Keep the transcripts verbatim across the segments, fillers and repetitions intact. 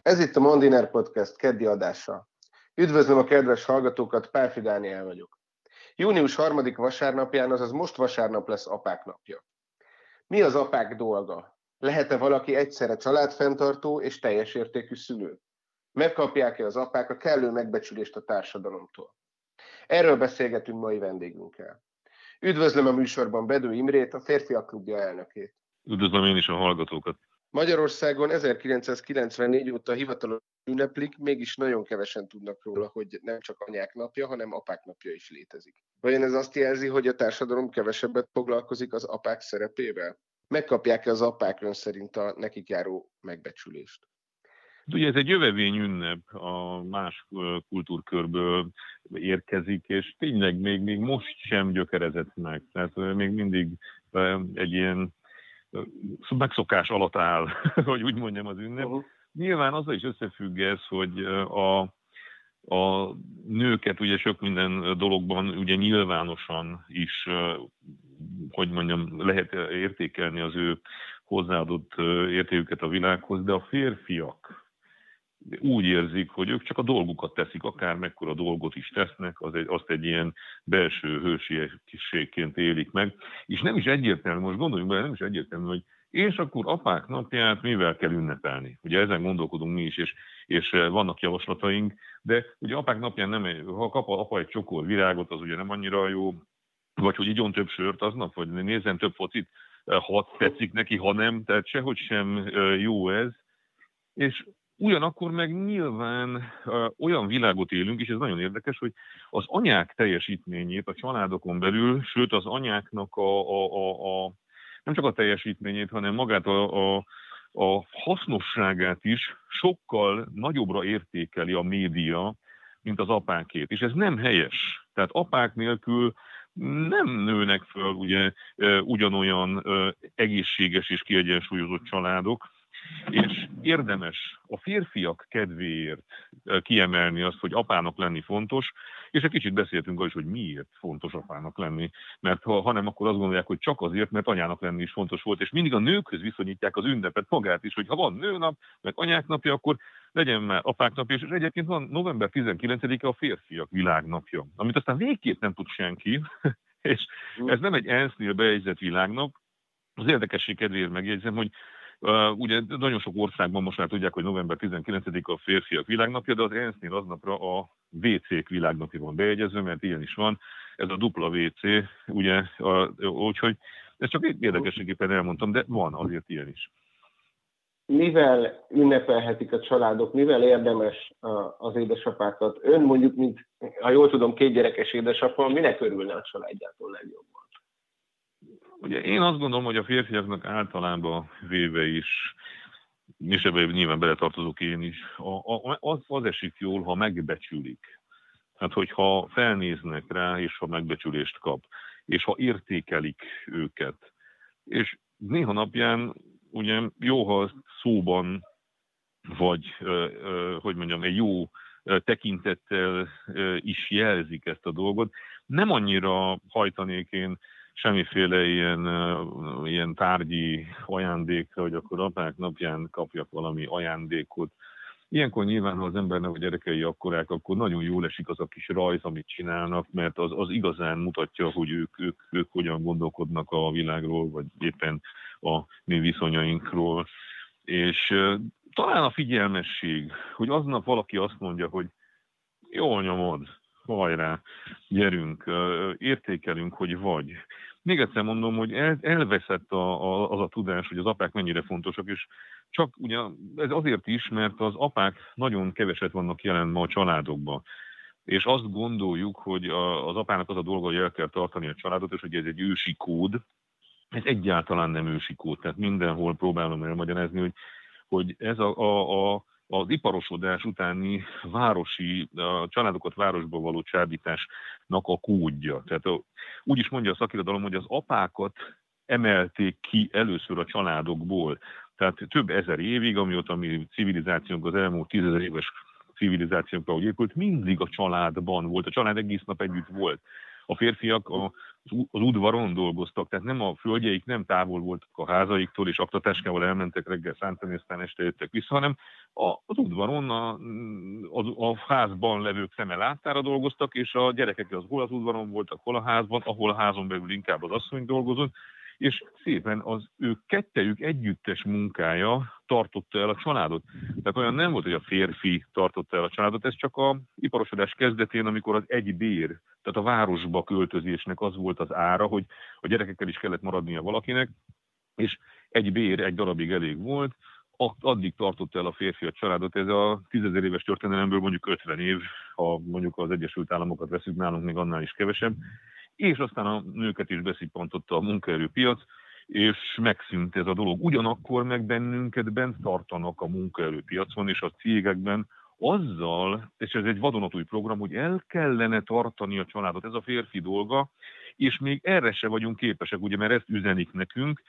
Ez itt a Mondiner Podcast keddi adása. Üdvözlöm a kedves hallgatókat, Pálffy Dániel vagyok. június harmadik vasárnapján, azaz most vasárnap lesz apák napja. Mi az apák dolga? Lehet-e valaki egyszerre családfenntartó és teljes értékű szülő? Megkapják-e az apák a kellő megbecsülést a társadalomtól? Erről beszélgetünk mai vendégünkkel. Üdvözlöm a műsorban Bedő Imrét, a Férfiak Klubja elnökét. Üdvözlöm én is a hallgatókat. Magyarországon ezerkilencszázkilencvennégy óta hivatalos ünneplik, mégis nagyon kevesen tudnak róla, hogy nem csak anyák napja, hanem apák napja is létezik. Vajon ez azt jelzi, hogy a társadalom kevesebbet foglalkozik az apák szerepével? Megkapják-e az apák ön szerint a nekik járó megbecsülést? Ugye ez egy jövevény ünnep, a más kultúrkörből érkezik, és tényleg még, még most sem gyökerezett meg. Tehát még mindig egy ilyen megszokás alatt áll, hogy úgy mondjam, az ünnep. Uh-huh. Nyilván azzal is összefügg ez, hogy a, a nőket ugye sok minden dologban ugye nyilvánosan is, hogy mondjam, lehet értékelni az ő hozzáadott értéküket a világhoz, de a férfiak úgy érzik, hogy ők csak a dolgukat teszik, akár mekkora dolgot is tesznek, az egy, azt egy ilyen belső hősiességként élik meg. És nem is egyértelmű, most gondoljunk bele, nem is egyértelmű, hogy és akkor apák napját mivel kell ünnepelni. Ugye ezen gondolkodunk mi is, és, és vannak javaslataink, de ugye apák napján nem, ha kap apa egy csokor virágot, az ugye nem annyira jó, vagy hogy igyon több sört aznap, vagy nézzen több focit, ha tetszik neki, ha nem, tehát sehogy sem jó ez. És ugyanakkor meg nyilván uh, olyan világot élünk, és ez nagyon érdekes, hogy az anyák teljesítményét a családokon belül, sőt az anyáknak a, a, a, a nem csak a teljesítményét, hanem magát a, a, a hasznosságát is sokkal nagyobbra értékeli a média, mint az apákét. És ez nem helyes. Tehát apák nélkül nem nőnek föl ugye, ugyanolyan egészséges és kiegyensúlyozott családok, és érdemes a férfiak kedvéért kiemelni azt, hogy apának lenni fontos, és egy kicsit beszéltünk arról is, hogy miért fontos apának lenni, mert ha, ha nem, akkor azt gondolják, hogy csak azért, mert anyának lenni is fontos volt, és mindig a nőkhöz viszonyítják az ünnepet magát is, hogy ha van nőnap, meg anyák napja, akkor legyen már apák napja, és egyébként van november tizenkilencedike a férfiak világnapja, amit aztán végképp nem tud senki, és ez nem egy ENSZ-nél bejegyzett világnap. Az érdekesség kedvéért megjegyzem, hogy Uh, ugye nagyon sok országban most már tudják, hogy november tizenkilencedike a férfiak világnapja, de az ENSZ-nél aznapra a vé cék világnapja van bejegyezve, mert ilyen is van, ez a dupla vé cé, ugye, úgyhogy ezt csak érdekességéppen elmondtam, de van azért ilyen is. Mivel ünnepelhetik a családok, mivel érdemes az édesapákat? Ön mondjuk, mint, ha jól tudom, két gyerekes édesapa, minek örülne a családjától legjobban? Ugye én azt gondolom, hogy a férfiaknak általában véve is, és ebben nyilván beletartozok én is, a, a, az, az esik jól, ha megbecsülik. Hát, hogyha felnéznek rá, és ha megbecsülést kap, és ha értékelik őket. És néha napján ugye jó, ha szóban, vagy, hogy mondjam, egy jó tekintettel is jelzik ezt a dolgot. Nem annyira hajtanék én semmiféle ilyen, ilyen tárgyi ajándékra, hogy akkor apák napján kapjak valami ajándékot. Ilyenkor nyilván, ha az embernek a gyerekei akkorák, akkor nagyon jól esik az a kis rajz, amit csinálnak, mert az, az igazán mutatja, hogy ők, ők, ők hogyan gondolkodnak a világról, vagy éppen a mi viszonyainkról. És uh, talán a figyelmesség, hogy aznap valaki azt mondja, hogy jól nyomod, hajrá, gyerünk, uh, értékelünk, hogy vagy. Még egyszer mondom, hogy el, elveszett a, a, az a tudás, hogy az apák mennyire fontosak, és csak ugye ez azért is, mert az apák nagyon keveset vannak jelen ma a családokban. És azt gondoljuk, hogy a, az apának az a dolga, hogy el kell tartani a családot, és hogy ez egy ősi kód. Ez egyáltalán nem ősi kód. Tehát mindenhol próbálom elmagyarázni, hogy, hogy ez a, a, a az iparosodás utáni városi, a családokat városba való csábításnak a kódja. Tehát a, úgy is mondja a szakirodalom, hogy az apákat emelték ki először a családokból. Tehát több ezer évig, amióta mi civilizációnk, az elmúlt tízezer éves civilizációnkra, ahogy épült, mindig a családban volt. A család egész nap együtt volt. A férfiak a, az udvaron dolgoztak, tehát nem a földjeik nem távol voltak a házaiktól, és aktatáskával elmentek reggel szántani, aztán este jöttek vissza, hanem a, az udvaron, a, a, a házban levők szeme láttára dolgoztak, és a gyerekek az hol az udvaron voltak, hol a házban, ahol a házon belül inkább az asszony dolgozott, és szépen az ő kettejük együttes munkája tartotta el a családot. Tehát olyan nem volt, hogy a férfi tartotta el a családot, ez csak a iparosodás kezdetén, amikor az egy bér, tehát a városba költözésnek az volt az ára, hogy a gyerekekkel is kellett maradnia valakinek, és egy bér egy darabig elég volt, addig tartotta el a férfi a családot. Ez a tízezer éves történelemből mondjuk ötven év, ha mondjuk az Egyesült Államokat veszük, nálunk még annál is kevesebb, és aztán a nőket is beszippantotta a munkaerőpiac, és megszűnt ez a dolog. Ugyanakkor meg bennünket bent tartanak a munkaerőpiacon és a cégekben azzal, és ez egy vadonatúj program, hogy el kellene tartani a családot, ez a férfi dolga, és még erre se vagyunk képesek, ugye, mert ezt üzenik nekünk.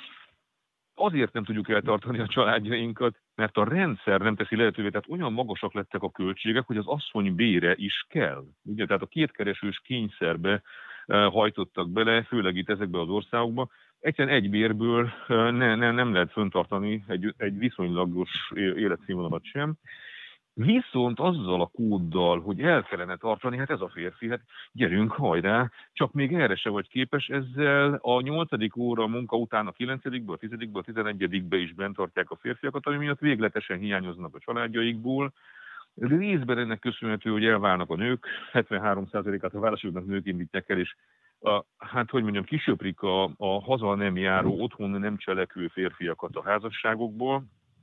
Azért nem tudjuk eltartani a családjainkat, mert a rendszer nem teszi lehetővé, tehát olyan magasak lettek a költségek, hogy az asszony bére is kell. Ugye, tehát a kétkeresős kényszerbe hajtottak bele, főleg itt ezekbe az országokba. Egyszerűen egy bérből ne, ne, nem lehet föntartani egy, egy viszonylagos életszínvonalat sem. Viszont azzal a kóddal, hogy el kellene tartani, hát ez a férfi, hát gyerünk, hajrá, csak még erre se vagy képes, ezzel a nyolcadik óra munka után a kilencedikből, a tizedikből, a tizenegyedikbe is bent tartják a férfiakat, ami miatt végletesen hiányoznak a családjaikból. Részben ennek köszönhető, hogy elválnak a nők, hetvenhárom százalékát a válaszolóknak nők indítják el, és a, hát hogy mondjam, kisöprik a, a haza nem járó, otthon nem cselekvő férfiakat a házasságokból,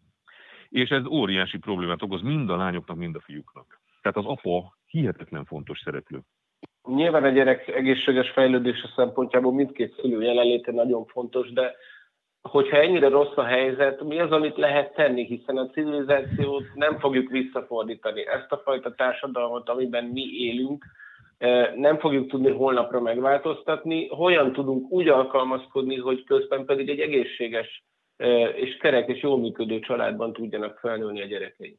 és ez óriási problémát okoz mind a lányoknak, mind a fiúknak. Tehát az apa hihetetlen fontos szereplő. Nyilván a gyerek egészséges fejlődése szempontjából mindkét szülő jelenléte nagyon fontos, de hogyha ennyire rossz a helyzet, mi az, amit lehet tenni, hiszen a civilizációt nem fogjuk visszafordítani. Ezt a fajta társadalmat, amiben mi élünk, nem fogjuk tudni holnapra megváltoztatni. Hogyan tudunk úgy alkalmazkodni, hogy közben pedig egy egészséges és kerek és jól működő családban tudjanak felnőni a gyerekeink?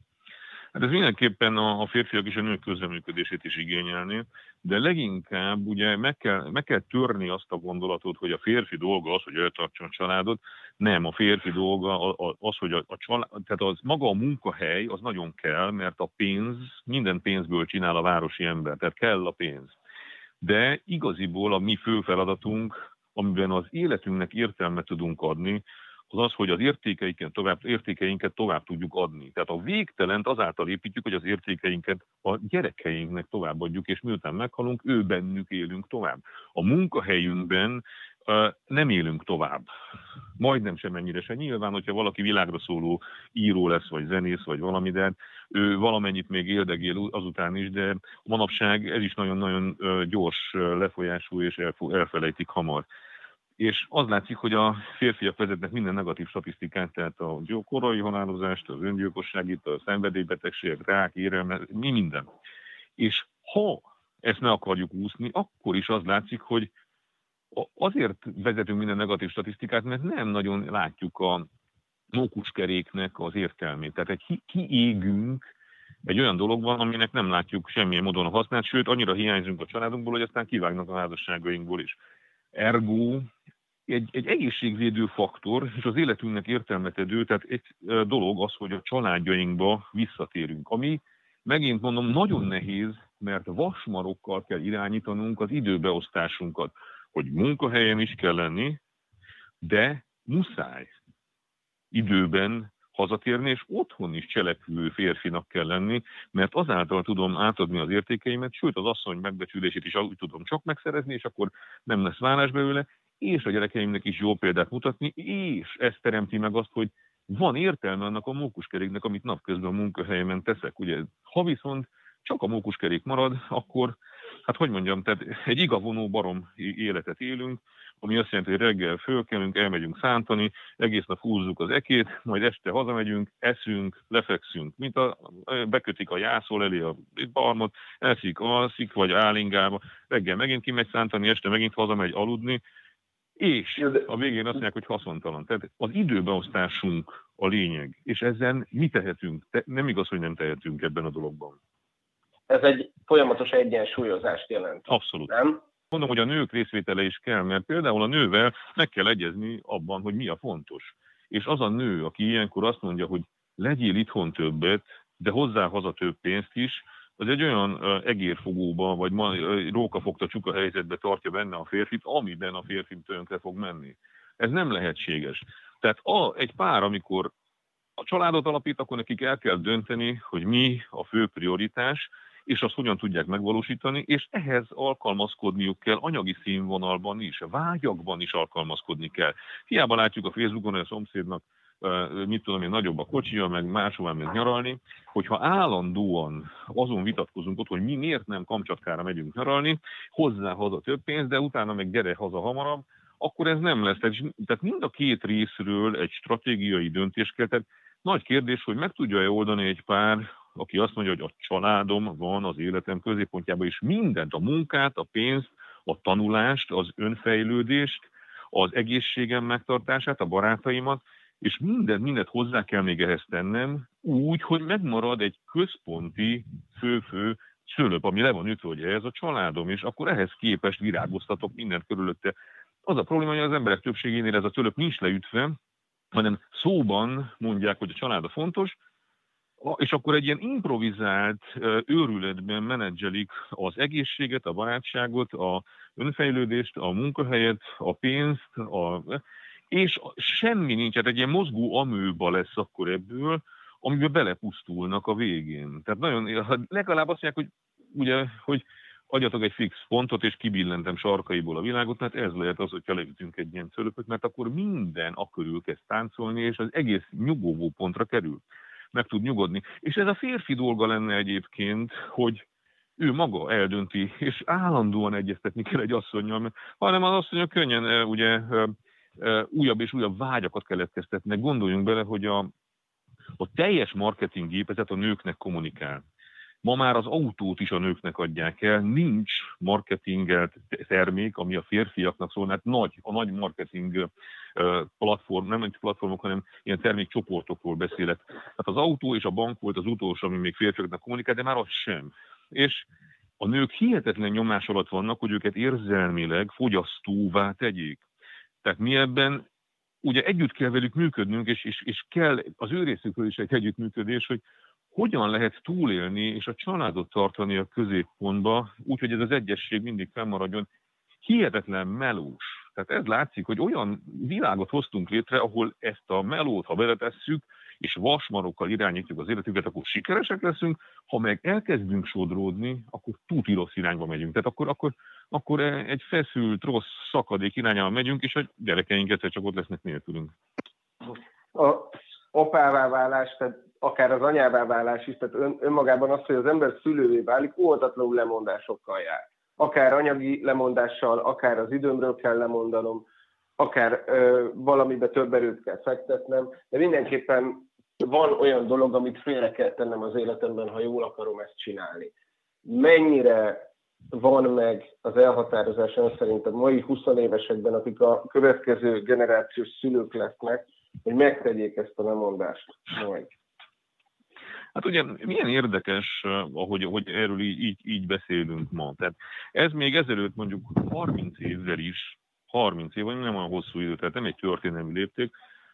Hát ez mindenképpen a férfiak és a nők közreműködését is igényelni, de leginkább ugye meg kell, meg kell törni azt a gondolatot, hogy a férfi dolga az, hogy eltartsa a családot. Nem, a férfi dolga az, hogy a, a család, tehát az maga a munkahely az nagyon kell, mert a pénz, minden pénzből csinál a városi ember, tehát kell a pénz. De igaziból a mi fő feladatunk, amiben az életünknek értelmet tudunk adni, az az, hogy az értékeinket tovább, értékeinket tovább tudjuk adni. Tehát a végtelent azáltal építjük, hogy az értékeinket a gyerekeinknek továbbadjuk, és miután meghalunk, ő bennük élünk tovább. A munkahelyünkben uh, nem élünk tovább. Majdnem semennyire se. Nyilván, hogyha valaki világra szóló író lesz, vagy zenész, vagy valami, de ő valamennyit még éldegél azután is, de manapság ez is nagyon-nagyon uh, gyors uh, lefolyású, és elf- elfelejtik hamar. És az látszik, hogy a férfiak vezetnek minden negatív statisztikát, tehát a korai halálozást, az öngyilkosságit, a szenvedélybetegségek, rák, érelme, mi minden. És ha ezt ne akarjuk úszni, akkor is az látszik, hogy azért vezetünk minden negatív statisztikát, mert nem nagyon látjuk a mókuskeréknek az értelmét. Tehát egy kiégünk egy olyan dologban, aminek nem látjuk semmilyen módon a hasznát, sőt, annyira hiányzunk a családunkból, hogy aztán kivágnak a házasságainkból is. Ergo, egy, egy egészségvédő faktor, és az életünknek értelmet adő, tehát egy dolog az, hogy a családjainkba visszatérünk. Ami, megint mondom, nagyon nehéz, mert vasmarokkal kell irányítanunk az időbeosztásunkat, hogy munkahelyen is kell lenni, de muszáj időben hazatérni, és otthon is cselekvő férfinak kell lenni, mert azáltal tudom átadni az értékeimet, sőt az asszony megbecsülését is úgy tudom csak megszerezni, és akkor nem lesz válás belőle, és a gyerekeimnek is jó példát mutatni, és ez teremti meg azt, hogy van értelme annak a mókuskeréknek, amit napközben a munkahelyemen teszek. Ugye, ha viszont csak a mókuskerék marad, akkor, hát hogy mondjam, tehát egy igavonó barom életet élünk, ami azt jelenti, hogy reggel fölkelünk, elmegyünk szántani, egész nap húzzuk az ekét, majd este hazamegyünk, eszünk, lefekszünk, mint a, bekötik a jászol elé a barmot, eszik, alszik, vagy állingába, reggel megint kimegy szántani, este megint hazamegy aludni, és a végén azt mondják, hogy haszontalan. Tehát az időbeosztásunk a lényeg, és ezen mi tehetünk? Te, nem igaz, hogy nem tehetünk ebben a dologban. ez egy folyamatos egyensúlyozást jelent. Abszolút. Nem? Mondom, hogy a nők részvétele is kell, mert például a nővel meg kell egyezni abban, hogy mi a fontos. És az a nő, aki ilyenkor azt mondja, hogy legyél itthon többet, de hozzá haza több pénzt is, az egy olyan egérfogóba, vagy rókafogta csuka helyzetbe tartja benne a férfit, amiben a férfi tönkre fog menni. Ez nem lehetséges. Tehát a, egy pár, amikor a családot alapít, akkor nekik el kell dönteni, hogy mi a fő prioritás, és azt hogyan tudják megvalósítani, és ehhez alkalmazkodniuk kell anyagi színvonalban is, vágyakban is alkalmazkodni kell. Hiába látjuk a Facebookon, hogy a szomszédnak, mit tudom én, nagyobb a kocsija, meg máshová meg nyaralni, hogyha állandóan azon vitatkozunk ott, hogy mi miért nem Kamcsatkára megyünk nyaralni, hozzá haza több pénz, de utána meg gyere haza hamarabb, akkor ez nem lesz. Tehát mind a két részről egy stratégiai döntés kell. Tehát nagy kérdés, hogy meg tudja-e oldani egy pár, aki azt mondja, hogy a családom van az életem középpontjában, és mindent, a munkát, a pénzt, a tanulást, az önfejlődést, az egészségem megtartását, a barátaimat, és mindent, mindent hozzá kell még ehhez tennem, úgy, hogy megmarad egy központi fő-fő szőlőp, ami le van ütve, hogy ez a családom, és akkor ehhez képest virágoztatok mindent körülötte. Az a probléma, hogy az emberek többségénél ez a szőlőp nincs leütve, hanem szóban mondják, hogy a család a fontos, és akkor egy ilyen improvizált őrületben menedzselik az egészséget, a barátságot, a önfejlődést, a munkahelyet, a pénzt, a... és semmi nincs, hát egy ilyen mozgó amőba lesz akkor ebből, amiben belepusztulnak a végén. Tehát nagyon, legalább azt mondják, hogy, ugye, hogy adjatok egy fix pontot, és kibillentem sarkaiból a világot, mert ez lehet az, hogyha leütünk egy ilyen szölöpöt, mert akkor minden akörül kezd táncolni, és az egész nyugovó pontra kerül. Meg tud nyugodni. És ez a férfi dolga lenne egyébként, hogy ő maga eldönti, és állandóan egyeztetni kell egy asszonnyal, hanem az asszonyok könnyen ugye újabb és újabb vágyakat keletkeztetnek. Gondoljunk bele, hogy a, a teljes marketing gépezet a nőknek kommunikál. Ma már az autót is a nőknek adják el, nincs marketingelt termék, ami a férfiaknak szól, hát nagy, a nagy marketing platform, nem egy platformok, hanem ilyen termékcsoportokról beszélek. Hát az autó és a bank volt az utolsó, ami még férfiaknak kommunikál, de már az sem. És a nők hihetetlen nyomás alatt vannak, hogy őket érzelmileg fogyasztóvá tegyék. Tehát mi ebben ugye együtt kell velük működnünk, és, és, és kell az ő részükről is egy együttműködés, hogy hogyan lehet túlélni és a családot tartani a középpontba, úgyhogy ez az egyesség mindig fennmaradjon. Hihetetlen melós. Tehát ez látszik, hogy olyan világot hoztunk létre, ahol ezt a melót, ha beletesszük, és vasmarokkal irányítjuk az életüket, akkor sikeresek leszünk, ha meg elkezdünk sodródni, akkor tuti rossz irányba megyünk. Tehát akkor, akkor, akkor egy feszült, rossz szakadék irányába megyünk, és a gyerekeink egyszer csak ott lesznek nélkülünk. A apává válás, tehát akár az anyává válás is, tehát ön, önmagában az, hogy az ember szülővé válik, óhatatlanul lemondásokkal jár. Akár anyagi lemondással, akár az időmről kell lemondanom, akár ö, valamibe több erőt kell fektetnem, de mindenképpen van olyan dolog, amit félre kell tennem az életemben, ha jól akarom ezt csinálni. Mennyire van meg az elhatározás ön szerint a mai huszonévesekben, akik a következő generációs szülők lesznek, hogy megtegyék ezt a lemondást majd? Hát ugye milyen érdekes, ahogy, hogy erről így, így, így beszélünk ma. Tehát ez még ezelőtt mondjuk harminc évvel is, harminc év, vagy nem olyan hosszú idő, tehát nem egy történelmi lépték.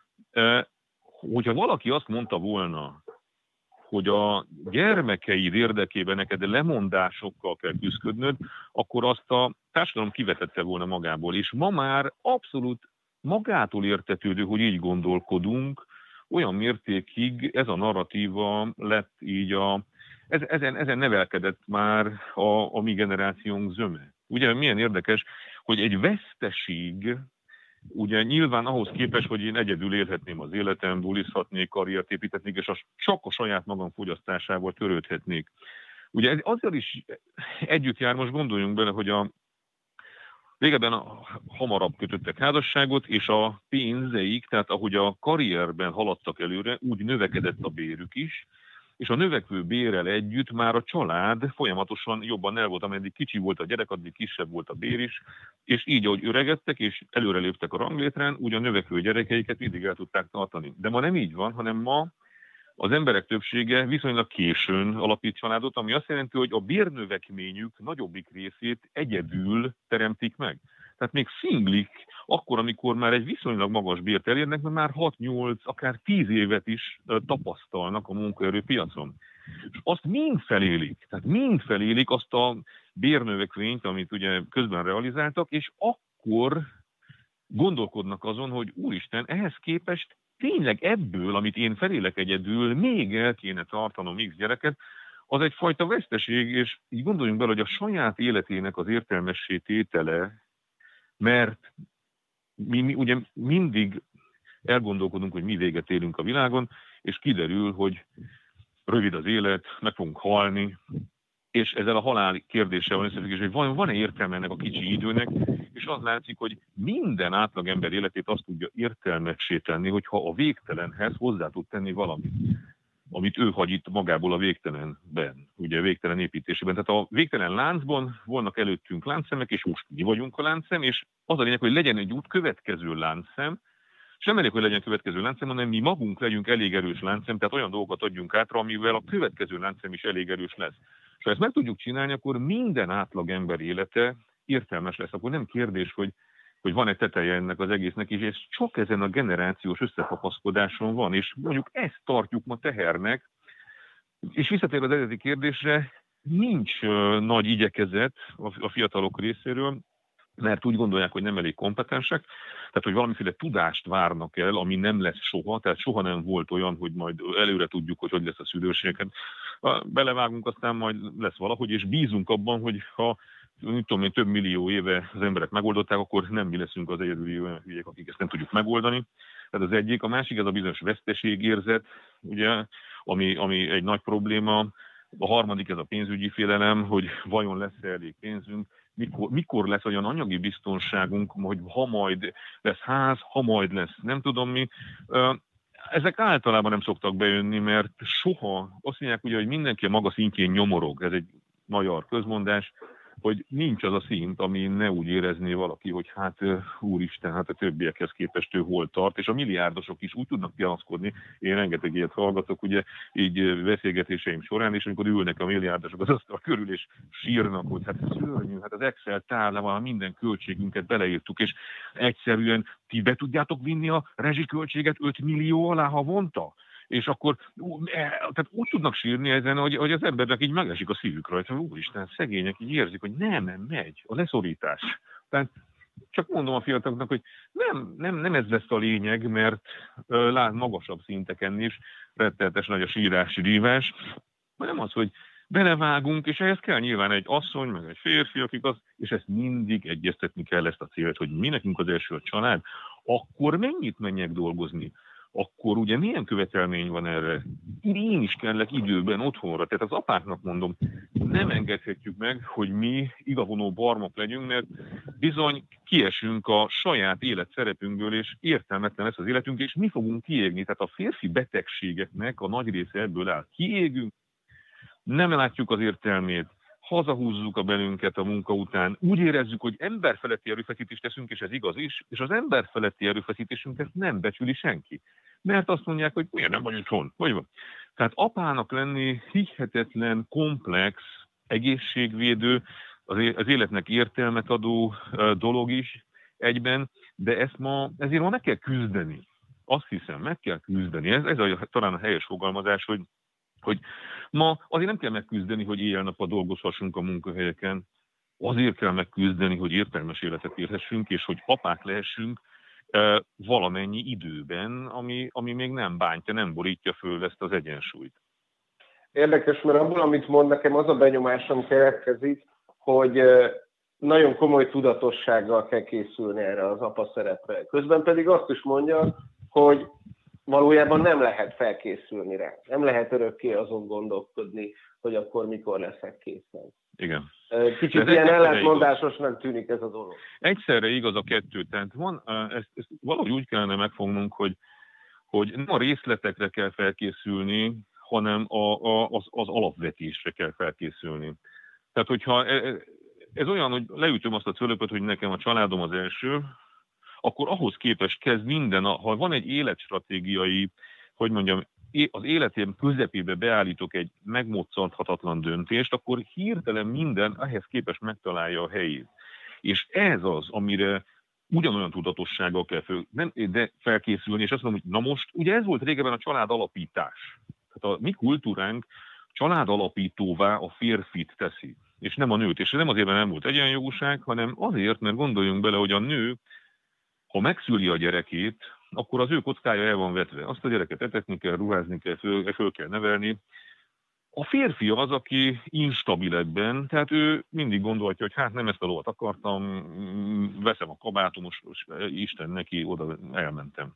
Hogyha valaki azt mondta volna, hogy a gyermekeid érdekében neked lemondásokkal kell küzdködnöd, akkor azt a társadalom kivetette volna magából. És ma már abszolút magától értetődő, hogy így gondolkodunk, olyan mértékig ez a narratíva lett így a... Ezen, ezen nevelkedett már a, a mi generációnk zöme. Ugye milyen érdekes, hogy egy veszteség, ugye nyilván ahhoz képest, hogy én egyedül élhetném az életem, bulizhatnék, karriert építhetnék, és az csak a saját magam fogyasztásával törődhetnék. Ugye ez azzal is együtt jár, most gondoljunk bele, hogy a régebben a, hamarabb kötöttek házasságot, és a pénzeik, tehát ahogy a karrierben haladtak előre, úgy növekedett a bérük is, és a növekvő bérrel együtt már a család folyamatosan jobban el volt, ameddig kicsi volt a gyerek, addig kisebb volt a bér is, és így, ahogy öregedtek és előreléptek a ranglétrán, úgy a növekvő gyerekeiket mindig el tudták tartani. De ma nem így van, hanem ma az emberek többsége viszonylag későn alapít családot, ami azt jelenti, hogy a bérnövekményük nagyobbik részét egyedül teremtik meg. Tehát még szinglik akkor, amikor már egy viszonylag magas bért elérnek, mert már hat-nyolc, akár tíz évet is tapasztalnak a munkaerőpiacon. És azt mind felélik, tehát mind felélik azt a bérnövekményt, amit ugye közben realizáltak, és akkor gondolkodnak azon, hogy úristen, ehhez képest tényleg ebből, amit én felélek egyedül, még el kéne tartanom X gyereket, az egyfajta veszteség, és így gondoljunk bele, hogy a saját életének az értelmessé tétele, mert mi, mi ugye mindig elgondolkodunk, hogy mi véget érünk a világon, és kiderül, hogy rövid az élet, meg fogunk halni, és ezzel a halál kérdéssel van összefüggés, hogy van, van-e értelme ennek a kicsi időnek, és az látszik, hogy minden átlagember életét azt tudja értelmessé tenni, hogyha a végtelenhez hozzá tud tenni valamit, amit ő hagy itt magából a végtelenben, ugye a végtelen építésében. Tehát a végtelen láncban vannak előttünk láncszemek, és most mi vagyunk a láncszem, és az a lényeg, hogy legyen egy út következő láncszem, sem elég, hogy legyen következő láncszem, hanem mi magunk legyünk elég erős láncszem, tehát olyan dolgokat adjunk át, amivel a következő láncszem is elég erős lesz. És ha ezt meg tudjuk csinálni, akkor minden átlag ember élete értelmes lesz. Akkor nem kérdés, hogy, hogy van-e teteje ennek az egésznek, és ez csak ezen a generációs összekapaszkodáson van, és mondjuk ezt tartjuk ma tehernek, és visszatér az eredeti kérdésre, nincs uh, nagy igyekezet a, a fiatalok részéről, mert úgy gondolják, hogy nem elég kompetensek, tehát hogy valamiféle tudást várnak el, ami nem lesz soha, tehát soha nem volt olyan, hogy majd előre tudjuk, hogy hogy lesz a szülőséget. Belevágunk, aztán majd lesz valahogy, és bízunk abban, hogy ha mit tudom én, több millió éve az emberek megoldották, akkor nem mi leszünk az egyedüli olyan hülyék, akik ezt nem tudjuk megoldani. Tehát az egyik, a másik ez a bizonyos veszteségérzet, ugye, ami, ami egy nagy probléma. A harmadik ez a pénzügyi félelem, hogy vajon lesz-e elég pénzünk, mikor, mikor lesz olyan anyagi biztonságunk, hogy ha majd lesz ház, ha majd lesz nem tudom mi. Ezek általában nem szoktak bejönni, mert soha azt mondják, ugye, hogy mindenki a maga szintjén nyomorog, ez egy magyar közmondás, hogy nincs az a szint, ami ne úgy érezné valaki, hogy hát úristen, hát a többiekhez képest ő hol tart, és a milliárdosok is úgy tudnak pianaszkodni, én rengeteg ilyet hallgatok, ugye így beszélgetéseim során, és amikor ülnek a milliárdosok az asztal körül, és sírnak, hogy hát szörnyű, hát az Excel táblában minden költségünket beleírtuk, és egyszerűen ti be tudjátok vinni a rezsiköltséget öt millió alá havonta? És akkor tehát úgy tudnak sírni ezen, hogy, hogy az embernek így megesik a szívük rajta, úristen, szegények így érzik, hogy nem, nem megy, a leszorítás. Tehát csak mondom a fiataloknak, hogy nem, nem, nem ez lesz a lényeg, mert lát magasabb szinteken is rettenetes nagy a sírási rívás, hanem az, hogy belevágunk, és ehhez kell nyilván egy asszony, meg egy férfi, akik az, és ezt mindig egyeztetni kell ezt a célt, hogy mi nekünk az első a család, akkor mennyit menjek dolgozni? Akkor ugye milyen követelmény van erre? Én is kellek időben otthonra. Tehát az apáknak mondom, nem engedhetjük meg, hogy mi igavonó barmok legyünk, mert bizony kiesünk a saját életszerepünkből, és értelmetlen lesz az életünk, és mi fogunk kiégni. Tehát a férfi betegségeknek a nagy része ebből áll. Kiégünk, nem látjuk az értelmét, hazahúzzuk a belünket a munka után, úgy érezzük, hogy emberfeletti erőfeszítést teszünk, és ez igaz is, és az emberfeletti erőfeszítésünket nem becsüli senki. Mert azt mondják, hogy miért nem vagy itthon? Vagy van. Tehát apának lenni hihetetlen, komplex, egészségvédő, az életnek értelmet adó dolog is egyben, de ezt ma, ezért ma meg kell küzdeni. Azt hiszem, meg kell küzdeni. Ez, ez a, talán a helyes fogalmazás, hogy hogy ma azért nem kell megküzdeni, hogy éjjel-nappal dolgozhassunk a munkahelyeken, azért kell megküzdeni, hogy értelmes életet élhessünk, és hogy apák lehessünk e, valamennyi időben, ami, ami még nem bántja, nem borítja föl ezt az egyensúlyt. Érdekes, mert abból, amit mond, nekem az a benyomásom keletkezik, hogy nagyon komoly tudatossággal kell készülni erre az apa szerepre. Közben pedig azt is mondja, hogy valójában nem lehet felkészülni rá. Nem lehet örökké azon gondolkodni, hogy akkor mikor leszek készen. Igen. Kicsit ilyen ellentmondásosnak tűnik ez a dolog. Egyszerre igaz a kettő. Tehát van, ezt, ezt valahogy úgy kellene megfognunk, hogy, hogy nem a részletekre kell felkészülni, hanem a, a, az, az alapvetésre kell felkészülni. Tehát, hogyha ez olyan, hogy leütöm azt a cölöpöt, hogy nekem a családom az első, akkor ahhoz képest kezd minden, ha van egy életstratégiai, hogy mondjam, az életem közepébe beállítok egy megmoccanthatatlan döntést, akkor hirtelen minden ehhez képest megtalálja a helyét. És ez az, amire ugyanolyan tudatossággal kell föl, nem, de felkészülni, és azt mondom, hogy na most, ugye ez volt régebben a család alapítás. Tehát a mi kultúránk család alapítóvá a férfit teszi, és nem a nőt. És ez nem azért, mert nem volt egyenjogúság, hanem azért, mert gondoljunk bele, hogy a nő, ha megszüli a gyerekét, akkor az ő kockája el van vetve. Azt a gyereket etetni kell, ruházni kell, föl, föl kell nevelni. A férfi az, aki instabil ebben, tehát ő mindig gondolhatja, hogy hát nem ezt a lovat akartam, veszem a kabátom, most, most Isten neki, oda elmentem.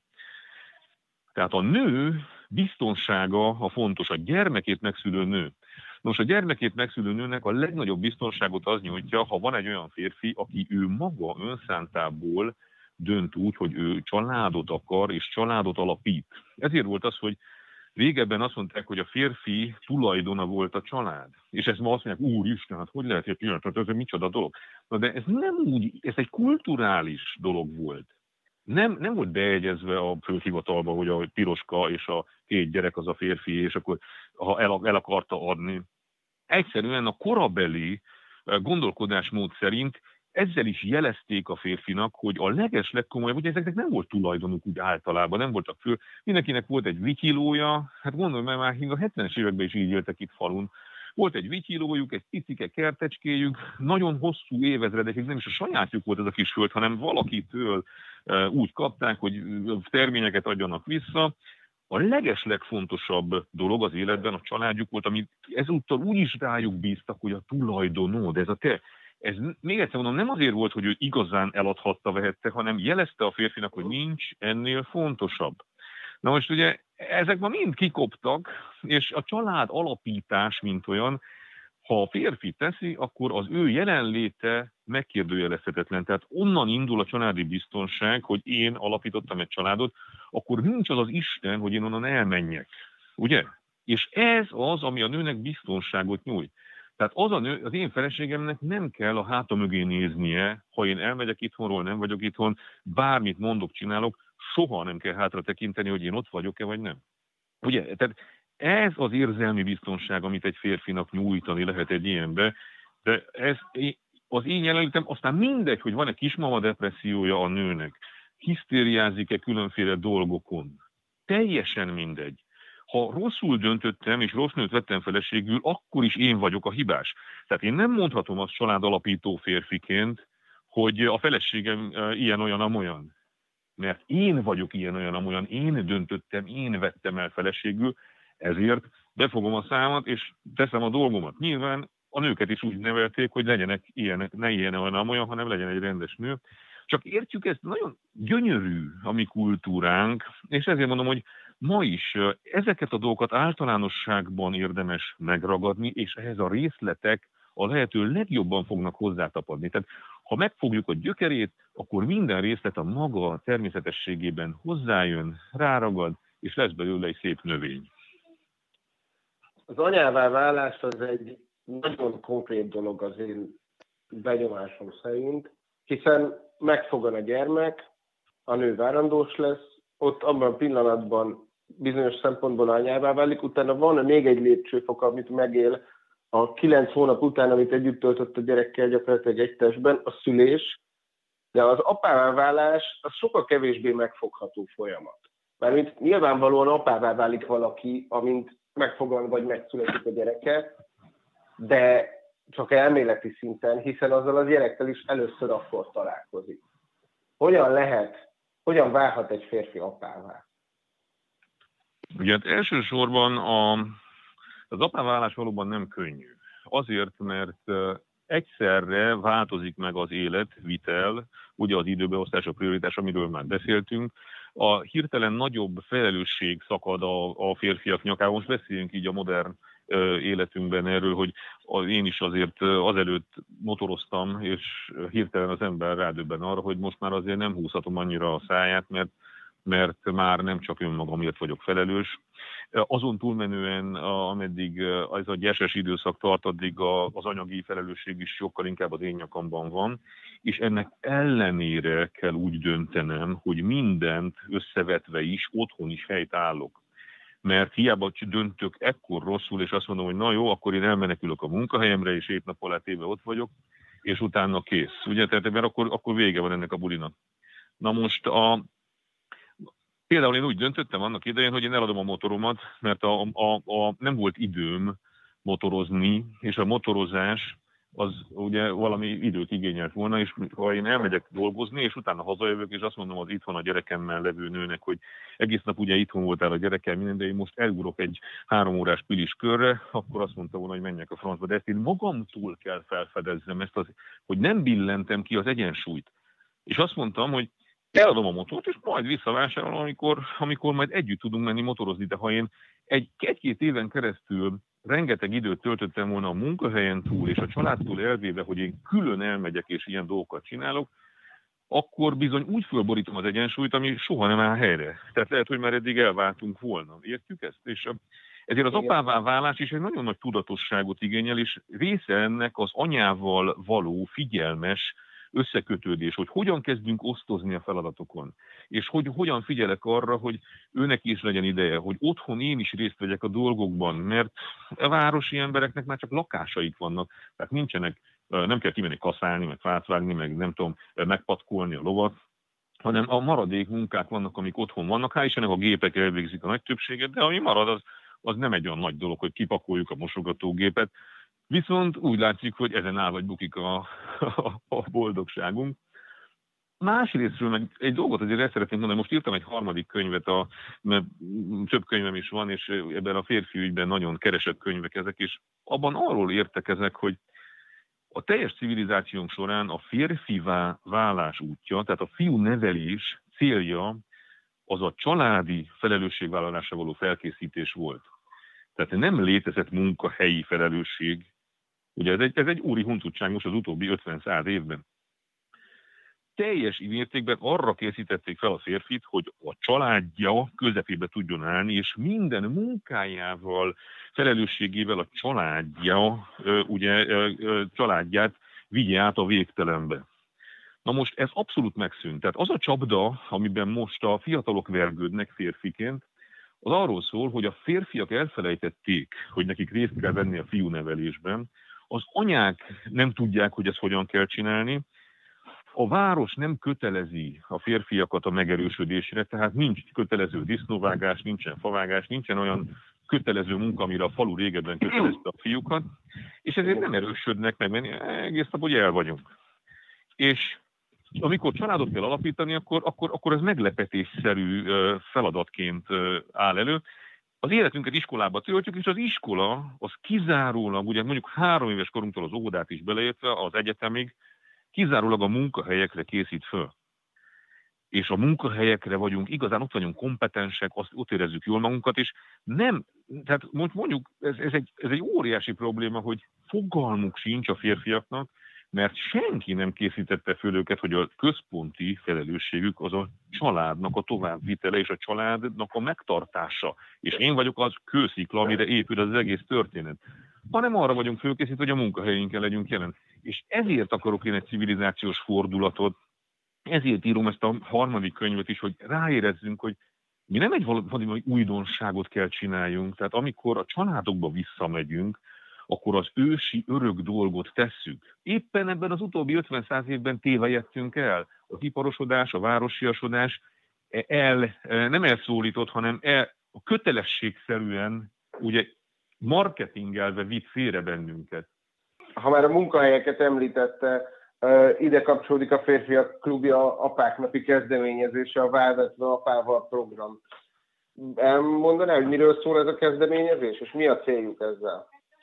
Tehát a nő biztonsága a fontos, a gyermekét megszülő nő. Nos, a gyermekét megszülő nőnek a legnagyobb biztonságot az nyújtja, ha van egy olyan férfi, aki ő maga önszántából dönt úgy, hogy ő családot akar és családot alapít. Ezért volt az, hogy régebben azt mondták, hogy a férfi tulajdona volt a család. És ezt ma azt mondják, úristen, hát hogy lehet, hogy pillanat, ez micsoda dolog. Na de ez nem úgy, ez egy kulturális dolog volt. Nem, nem volt beegyezve a földhivatalba, hogy a piroska és a két gyerek az a férfi, és akkor ha el, el akarta adni. Egyszerűen a korabeli gondolkodásmód szerint ezzel is jelezték a férfinak, hogy a leges legkomolyabb, ugye ezeknek nem volt tulajdonuk úgy általában, nem voltak föl. Mindenkinek volt egy vityilója, hát gondolom, mert már a hetvenes években is így éltek itt falun. Volt egy vityilójuk, egy picike kertecskéjük, nagyon hosszú évezredekig nem is a sajátjuk volt ez a kis föld, hanem valakitől úgy kapták, hogy terményeket adjanak vissza. A legeslegfontosabb dolog az életben a családjuk volt, amit ezúttal úgy is rájuk bíztak, hogy a tulajdonod, ez a te. Ez még egyszer mondom, nem azért volt, hogy ő igazán eladhatta, vehette, hanem jelezte a férfinak, hogy nincs ennél fontosabb. Na most ugye ezek ma mind kikoptak, és a család alapítás, mint olyan, ha a férfi teszi, akkor az ő jelenléte megkérdőjelezhetetlen. Tehát onnan indul a családi biztonság, hogy én alapítottam egy családot, akkor nincs az az Isten, hogy én onnan elmenjek. Ugye? És ez az, ami a nőnek biztonságot nyújt. Tehát az a nő, az én feleségemnek nem kell a háta mögé néznie, ha én elmegyek itthonról, nem vagyok itthon, bármit mondok, csinálok, soha nem kell hátra tekinteni, hogy én ott vagyok-e, vagy nem. Ugye? Tehát ez az érzelmi biztonság, amit egy férfinak nyújtani lehet egy ilyenbe, de ez az én jelenlétem, aztán mindegy, hogy van-e kismama depressziója a nőnek, hisztériázik-e különféle dolgokon. Teljesen mindegy. Ha rosszul döntöttem, és rossz nőt vettem feleségül, akkor is én vagyok a hibás. Tehát én nem mondhatom azt családalapító férfiként, hogy a feleségem ilyen-olyan-amolyan. Mert én vagyok ilyen-olyan-amolyan, én döntöttem, én vettem el feleségül, ezért befogom a számat, és teszem a dolgomat. Nyilván a nőket is úgy nevelték, hogy legyenek ilyenek, ne ilyen-olyan-amolyan, hanem legyen egy rendes nő. Csak értjük, ezt nagyon gyönyörű a mi kultúránk, és ezért mondom, hogy ma is ezeket a dolgokat általánosságban érdemes megragadni, és ehhez a részletek a lehető legjobban fognak hozzátapadni. Tehát ha megfogjuk a gyökerét, akkor minden részlet a maga természetességében hozzájön, ráragad, és lesz belőle egy szép növény. Az anyává válás az egy nagyon konkrét dolog az én benyomásom szerint, hiszen megfogan a gyermek, a nő várandós lesz, ott abban a pillanatban bizonyos szempontból anyává válik, utána van még egy lépcsőfok, amit megél a kilenc hónap után, amit együtt töltött a gyerekkel gyakorlatilag egy testben, a szülés, de az apává válás az sokkal kevésbé megfogható folyamat. Mármint nyilvánvalóan apává válik valaki, amint megfogan vagy megszületik a gyereke, de csak elméleti szinten, hiszen azzal a gyerekkel is először akkor találkozik. Hogyan lehet, hogyan válhat egy férfi apává? Ugye hát elsősorban a, az apáválás valóban nem könnyű. Azért, mert egyszerre változik meg az életvitel, ugye az időbeosztás, a prioritás, amiről már beszéltünk, a hirtelen nagyobb felelősség szakad a, a férfiak nyakában. Most beszéljünk így a modern életünkben erről, hogy én is azért azelőtt motoroztam, és hirtelen az ember rádöbben arra, hogy most már azért nem húzhatom annyira a száját, mert, mert már nem csak önmagamért vagyok felelős. Azon túlmenően, ameddig ez a gyeses időszak tart, addig az anyagi felelősség is sokkal inkább az én nyakamban van, és ennek ellenére kell úgy döntenem, hogy mindent összevetve is, otthon is helyt állok. mert hiába döntök ekkor rosszul, és azt mondom, hogy na jó, akkor én elmenekülök a munkahelyemre, és hét nap alatt éve ott vagyok, és utána kész. Ugye, tehát mert akkor, akkor vége van ennek a bulinak. Na most a, például én úgy döntöttem annak idején, hogy én eladom a motoromat, mert a, a, a, nem volt időm motorozni, és a motorozás az ugye valami időt igényelt volna, és ha én elmegyek dolgozni, és utána hazajövök, és azt mondom az itthon a gyerekemmel levő nőnek, hogy egész nap ugye itthon voltál a gyerekkel, minden, de én most elugorok egy három órás pilis körre, akkor azt mondta volna, hogy menjek a francba. De ezt én magamtól kell felfedezzem, ezt az, hogy nem billentem ki az egyensúlyt. És azt mondtam, hogy eladom a motort, és majd visszavásárolom, amikor, amikor majd együtt tudunk menni motorozni. De ha én egy, egy-két éven keresztül rengeteg időt töltöttem volna a munkahelyen túl, és a családtól elvéve, hogy én külön elmegyek és ilyen dolgokat csinálok, akkor bizony úgy fölborítom az egyensúlyt, ami soha nem áll helyre. Tehát lehet, hogy már eddig elváltunk volna. Értjük ezt? És ezért az apává válás is egy nagyon nagy tudatosságot igényel, és része ennek az anyával való figyelmes összekötődés, hogy hogyan kezdünk osztozni a feladatokon, és hogy hogyan figyelek arra, hogy őnek is legyen ideje, hogy otthon én is részt vegyek a dolgokban, mert a városi embereknek már csak lakásaik vannak, tehát nincsenek, nem kell kimenni kaszálni, meg fát vágni, meg nem tudom, megpatkolni a lovat, hanem a maradék munkák vannak, amik otthon vannak. Hál' Istennek a gépek elvégzik a nagy többséget, de ami marad, az, az nem egy olyan nagy dolog, hogy kipakoljuk a mosogatógépet. Viszont úgy látszik, hogy ezen áll vagy bukik a, a, a boldogságunk. Másrésztről meg egy dolgot azért el szeretném mondani, most írtam egy harmadik könyvet, a, mert több könyvem is van, és ebben a férfi ügyben nagyon keresett könyvek ezek, és abban arról értekezek, hogy a teljes civilizációnk során a férfivá válás útja, tehát a fiú nevelés célja az a családi felelősségvállalásra való felkészítés volt. Tehát nem létezett munkahelyi felelősség. Ugye ez egy, ez egy úri huncutság most az utóbbi ötven-száz évben. Teljes mértékben arra készítették fel a férfit, hogy a családja közepébe tudjon állni, és minden munkájával, felelősségével a családja, ugye, családját vigye át a végtelenbe. Na most ez abszolút megszűnt. Tehát az a csapda, amiben most a fiatalok vergődnek férfiként, az arról szól, hogy a férfiak elfelejtették, hogy nekik részt kell venni a fiúnevelésben, az anyák nem tudják, hogy ezt hogyan kell csinálni, a város nem kötelezi a férfiakat a megerősödésre, tehát nincs kötelező disznóvágás, nincsen favágás, nincsen olyan kötelező munka, amire a falu régebben kötelezte a fiúkat, és ezért nem erősödnek meg, mert egész nap, hogy el vagyunk. És amikor családot kell alapítani, akkor, akkor, akkor ez meglepetésszerű feladatként áll elő. Az életünket iskolába töltjük, és az iskola az kizárólag, ugye mondjuk három éves korunktól az óvodát is beleértve, az egyetemig, kizárólag a munkahelyekre készít föl. És a munkahelyekre vagyunk, igazán ott vagyunk kompetensek, azt ott érezzük jól magunkat, és nem, tehát mondjuk ez, ez, egy, ez egy óriási probléma, hogy fogalmuk sincs a férfiaknak, mert senki nem készítette föl őket, hogy a központi felelősségük az a családnak a továbbvitele és a családnak a megtartása. És én vagyok az kőszikla, amire épül az egész történet. Hanem arra vagyunk fölkészítve, hogy a munkahelyünkkel legyünk jelen. És ezért akarok én egy civilizációs fordulatot, ezért írom ezt a harmadik könyvet is, hogy ráérezzünk, hogy mi nem egy valami újdonságot kell csináljunk. Tehát amikor a családokba visszamegyünk, akkor az ősi örök dolgot tesszük. Éppen ebben az utóbbi ötven-száz évben tévejedtünk el. Az iparosodás, a városiasodás el, nem elszólított, hanem el, a kötelességszerűen ugye marketingelve vitt félre bennünket. Ha már a munkahelyeket említette, ide kapcsolódik a Férfiak Klubja apák napi kezdeményezése, a Válvetve apával program. Elmondaná, hogy miről szól ez a kezdeményezés, és mi a céljuk ezzel?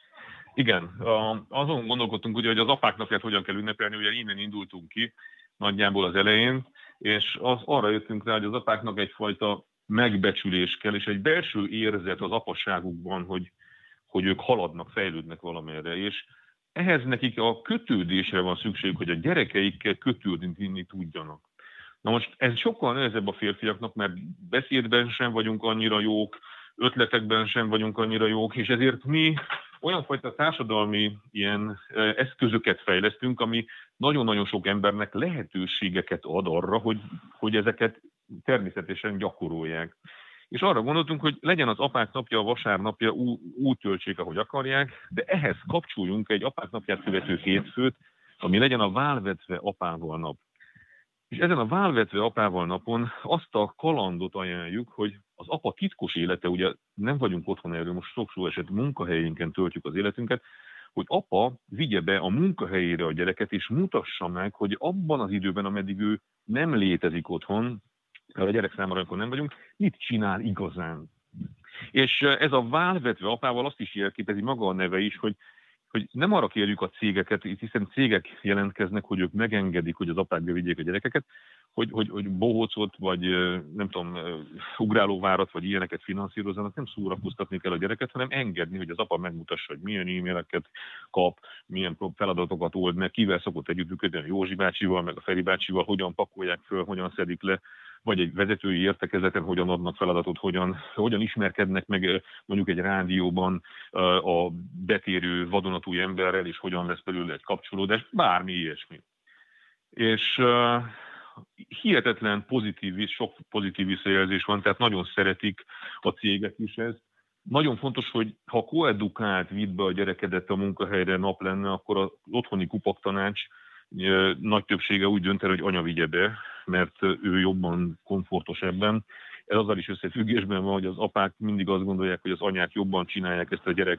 Igen, azon gondolkodtunk ugye, hogy az apák napját hogyan kell ünnepelni, ugye innen indultunk ki, nagyjából az elején, és az, arra jöttünk rá, hogy az apáknak egyfajta megbecsülés kell, és egy belső érzet az apasságukban, hogy, hogy ők haladnak, fejlődnek valamerre, és ehhez nekik a kötődésre van szükség, hogy a gyerekeikkel kötődni tudjanak. Na most ez sokkal nehezebb a férfiaknak, mert beszédben sem vagyunk annyira jók, ötletekben sem vagyunk annyira jók, és ezért mi olyan fajta társadalmi ilyen eszközöket fejlesztünk, ami nagyon-nagyon sok embernek lehetőségeket ad arra, hogy, hogy ezeket természetesen gyakorolják. És arra gondoltunk, hogy legyen az apák napja, a vasárnapja, úgy töltsék, ahogy akarják, de ehhez kapcsoljunk egy apák napját követő hétfőt, ami legyen a válvetve apával nap. És ezen a válvetve apával napon azt a kalandot ajánljuk, hogy az apa titkos élete, ugye nem vagyunk otthon erről, most sok-sok eset munkahelyénken töltjük az életünket, hogy apa vigye be a munkahelyére a gyereket, és mutassa meg, hogy abban az időben, ameddig ő nem létezik otthon, a gyerek számára, amikor nem vagyunk, mit csinál igazán. És ez a válvetve apával azt is jelképezi maga a neve is, hogy, hogy nem arra kérjük a cégeket, hiszen cégek jelentkeznek, hogy ők megengedik, hogy az apák bevigyék a gyerekeket, hogy, hogy, hogy bohócot, vagy nem tudom, ugrálóvárat, vagy ilyeneket finanszírozzanak, nem szórakoztatni kell a gyereket, hanem engedni, hogy az apa megmutassa, hogy milyen e-maileket kap, milyen feladatokat old meg, kivel szokott együttműködni, a Józsi bácsival, meg a Feri bácsival, hogyan pakolják föl, hogyan szedik le, vagy egy vezetői értekezleten hogyan adnak feladatot, hogyan, hogyan ismerkednek meg mondjuk egy rádióban a betérő vadonatúj emberrel, és hogyan lesz belőle egy kapcsolódás, bármi ilyesmi. És uh, hihetetlen pozitív, sok pozitív visszajelzés van, tehát nagyon szeretik a cégek is ezt. Nagyon fontos, hogy ha koedukált vidd be a gyerekedet a munkahelyre nap lenne, akkor az otthoni kupaktanács nagy többsége úgy dönt el, hogy anya vigye be, mert ő jobban komfortos ebben. Ez azzal is összefüggésben van, hogy az apák mindig azt gondolják, hogy az anyák jobban csinálják ezt a gyerek,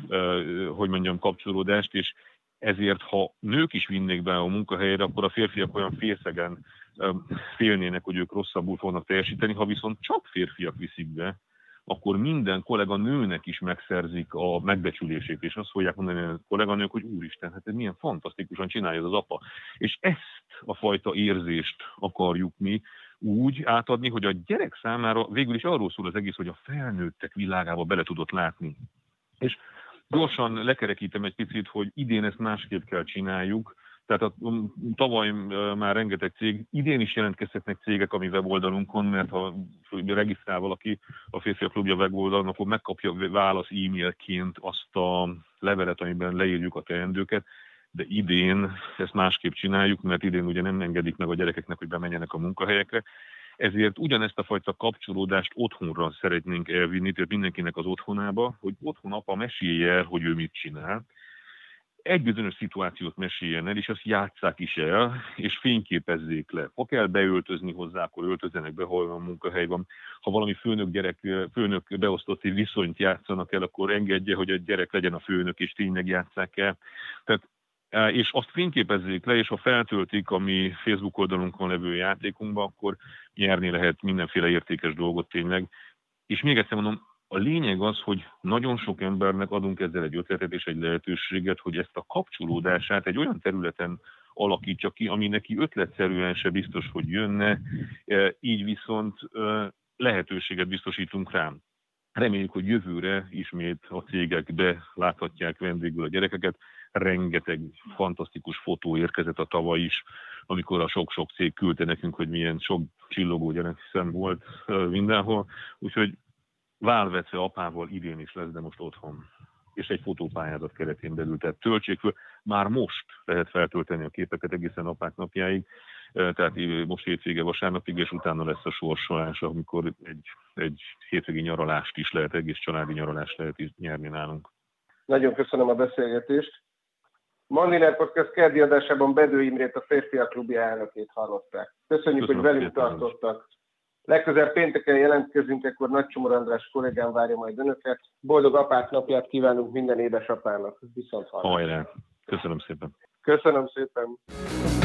hogy mondjam, kapcsolódást, és ezért, ha nők is vinnék be a munkahelyre, akkor a férfiak olyan félszegen félnének, hogy ők rosszabbul fognak teljesíteni. Ha viszont csak férfiak viszik be, akkor minden kolléganőnek is megszerzik a megbecsülését, és azt fogják mondani a kolléganők, hogy úristen, hát ez milyen fantasztikusan csinálja ez az apa. És ezt a fajta érzést akarjuk mi úgy átadni, hogy a gyerek számára végül is arról szól az egész, hogy a felnőttek világába bele tudott látni. És gyorsan lekerekítem egy picit, hogy idén ezt másképp kell csináljuk. Tehát a, tavaly már rengeteg cég, idén is jelentkezhetnek cégek a mi weboldalunkon, mert ha regisztrál valaki a Férfiak Klubja weboldalon, akkor megkapja válasz e-mailként azt a levelet, amiben leírjuk a teendőket, de idén ezt másképp csináljuk, mert idén ugye nem engedik meg a gyerekeknek, hogy bemenjenek a munkahelyekre. Ezért ugyanezt a fajta kapcsolódást otthonra szeretnénk elvinni, tehát mindenkinek az otthonába, hogy otthon apa mesélje el, hogy ő mit csinál. Egy bizonyos szituációt meséljen el, és azt játsszák is el, és fényképezzék le. Ha kell beöltözni hozzá, akkor öltözzenek be, ha a munkahely van. Ha valami főnök-gyerek, főnök beosztotti viszonyt játszanak el, akkor engedje, hogy a gyerek legyen a főnök, és tényleg játsszák el. Tehát, és azt fényképezzék le, és ha feltöltik a mi Facebook oldalunkon levő játékunkba, akkor nyerni lehet mindenféle értékes dolgot tényleg. És még egyszer mondom, a lényeg az, hogy nagyon sok embernek adunk ezzel egy ötletet és egy lehetőséget, hogy ezt a kapcsolódását egy olyan területen alakítsa ki, ami neki ötletszerűen se biztos, hogy jönne, így viszont lehetőséget biztosítunk rám. Reméljük, hogy jövőre ismét a cégek beláthatják vendégül a gyerekeket. Rengeteg fantasztikus fotó érkezett a tavaly is, amikor a sok-sok cég küldte nekünk, hogy milyen sok csillogó gyerekszem volt mindenhol. Úgyhogy válvetve apával idén is lesz, de most otthon. És egy fotópályázat keretén belül, tehát töltsék föl. Már most lehet feltölteni a képeket egészen apák napjáig, tehát most hétvége vasárnapig, és utána lesz a sorsolás, amikor egy, egy hétvégi nyaralást is lehet, egész családi nyaralást lehet is nyerni nálunk. Nagyon köszönöm a beszélgetést. Mandiner Podcast keddi adásában Bedő Imrét, a Férfiak Klubja elnökét hallották. Köszönjük, köszönöm, hogy velünk tartottak. Legközelebb pénteken jelentkezünk, akkor Nagy Csomor András kollégám várja majd önöket. Boldog apák napját kívánunk minden édesapának. Viszont hallásra. Hajrá! Köszönöm szépen! Köszönöm szépen!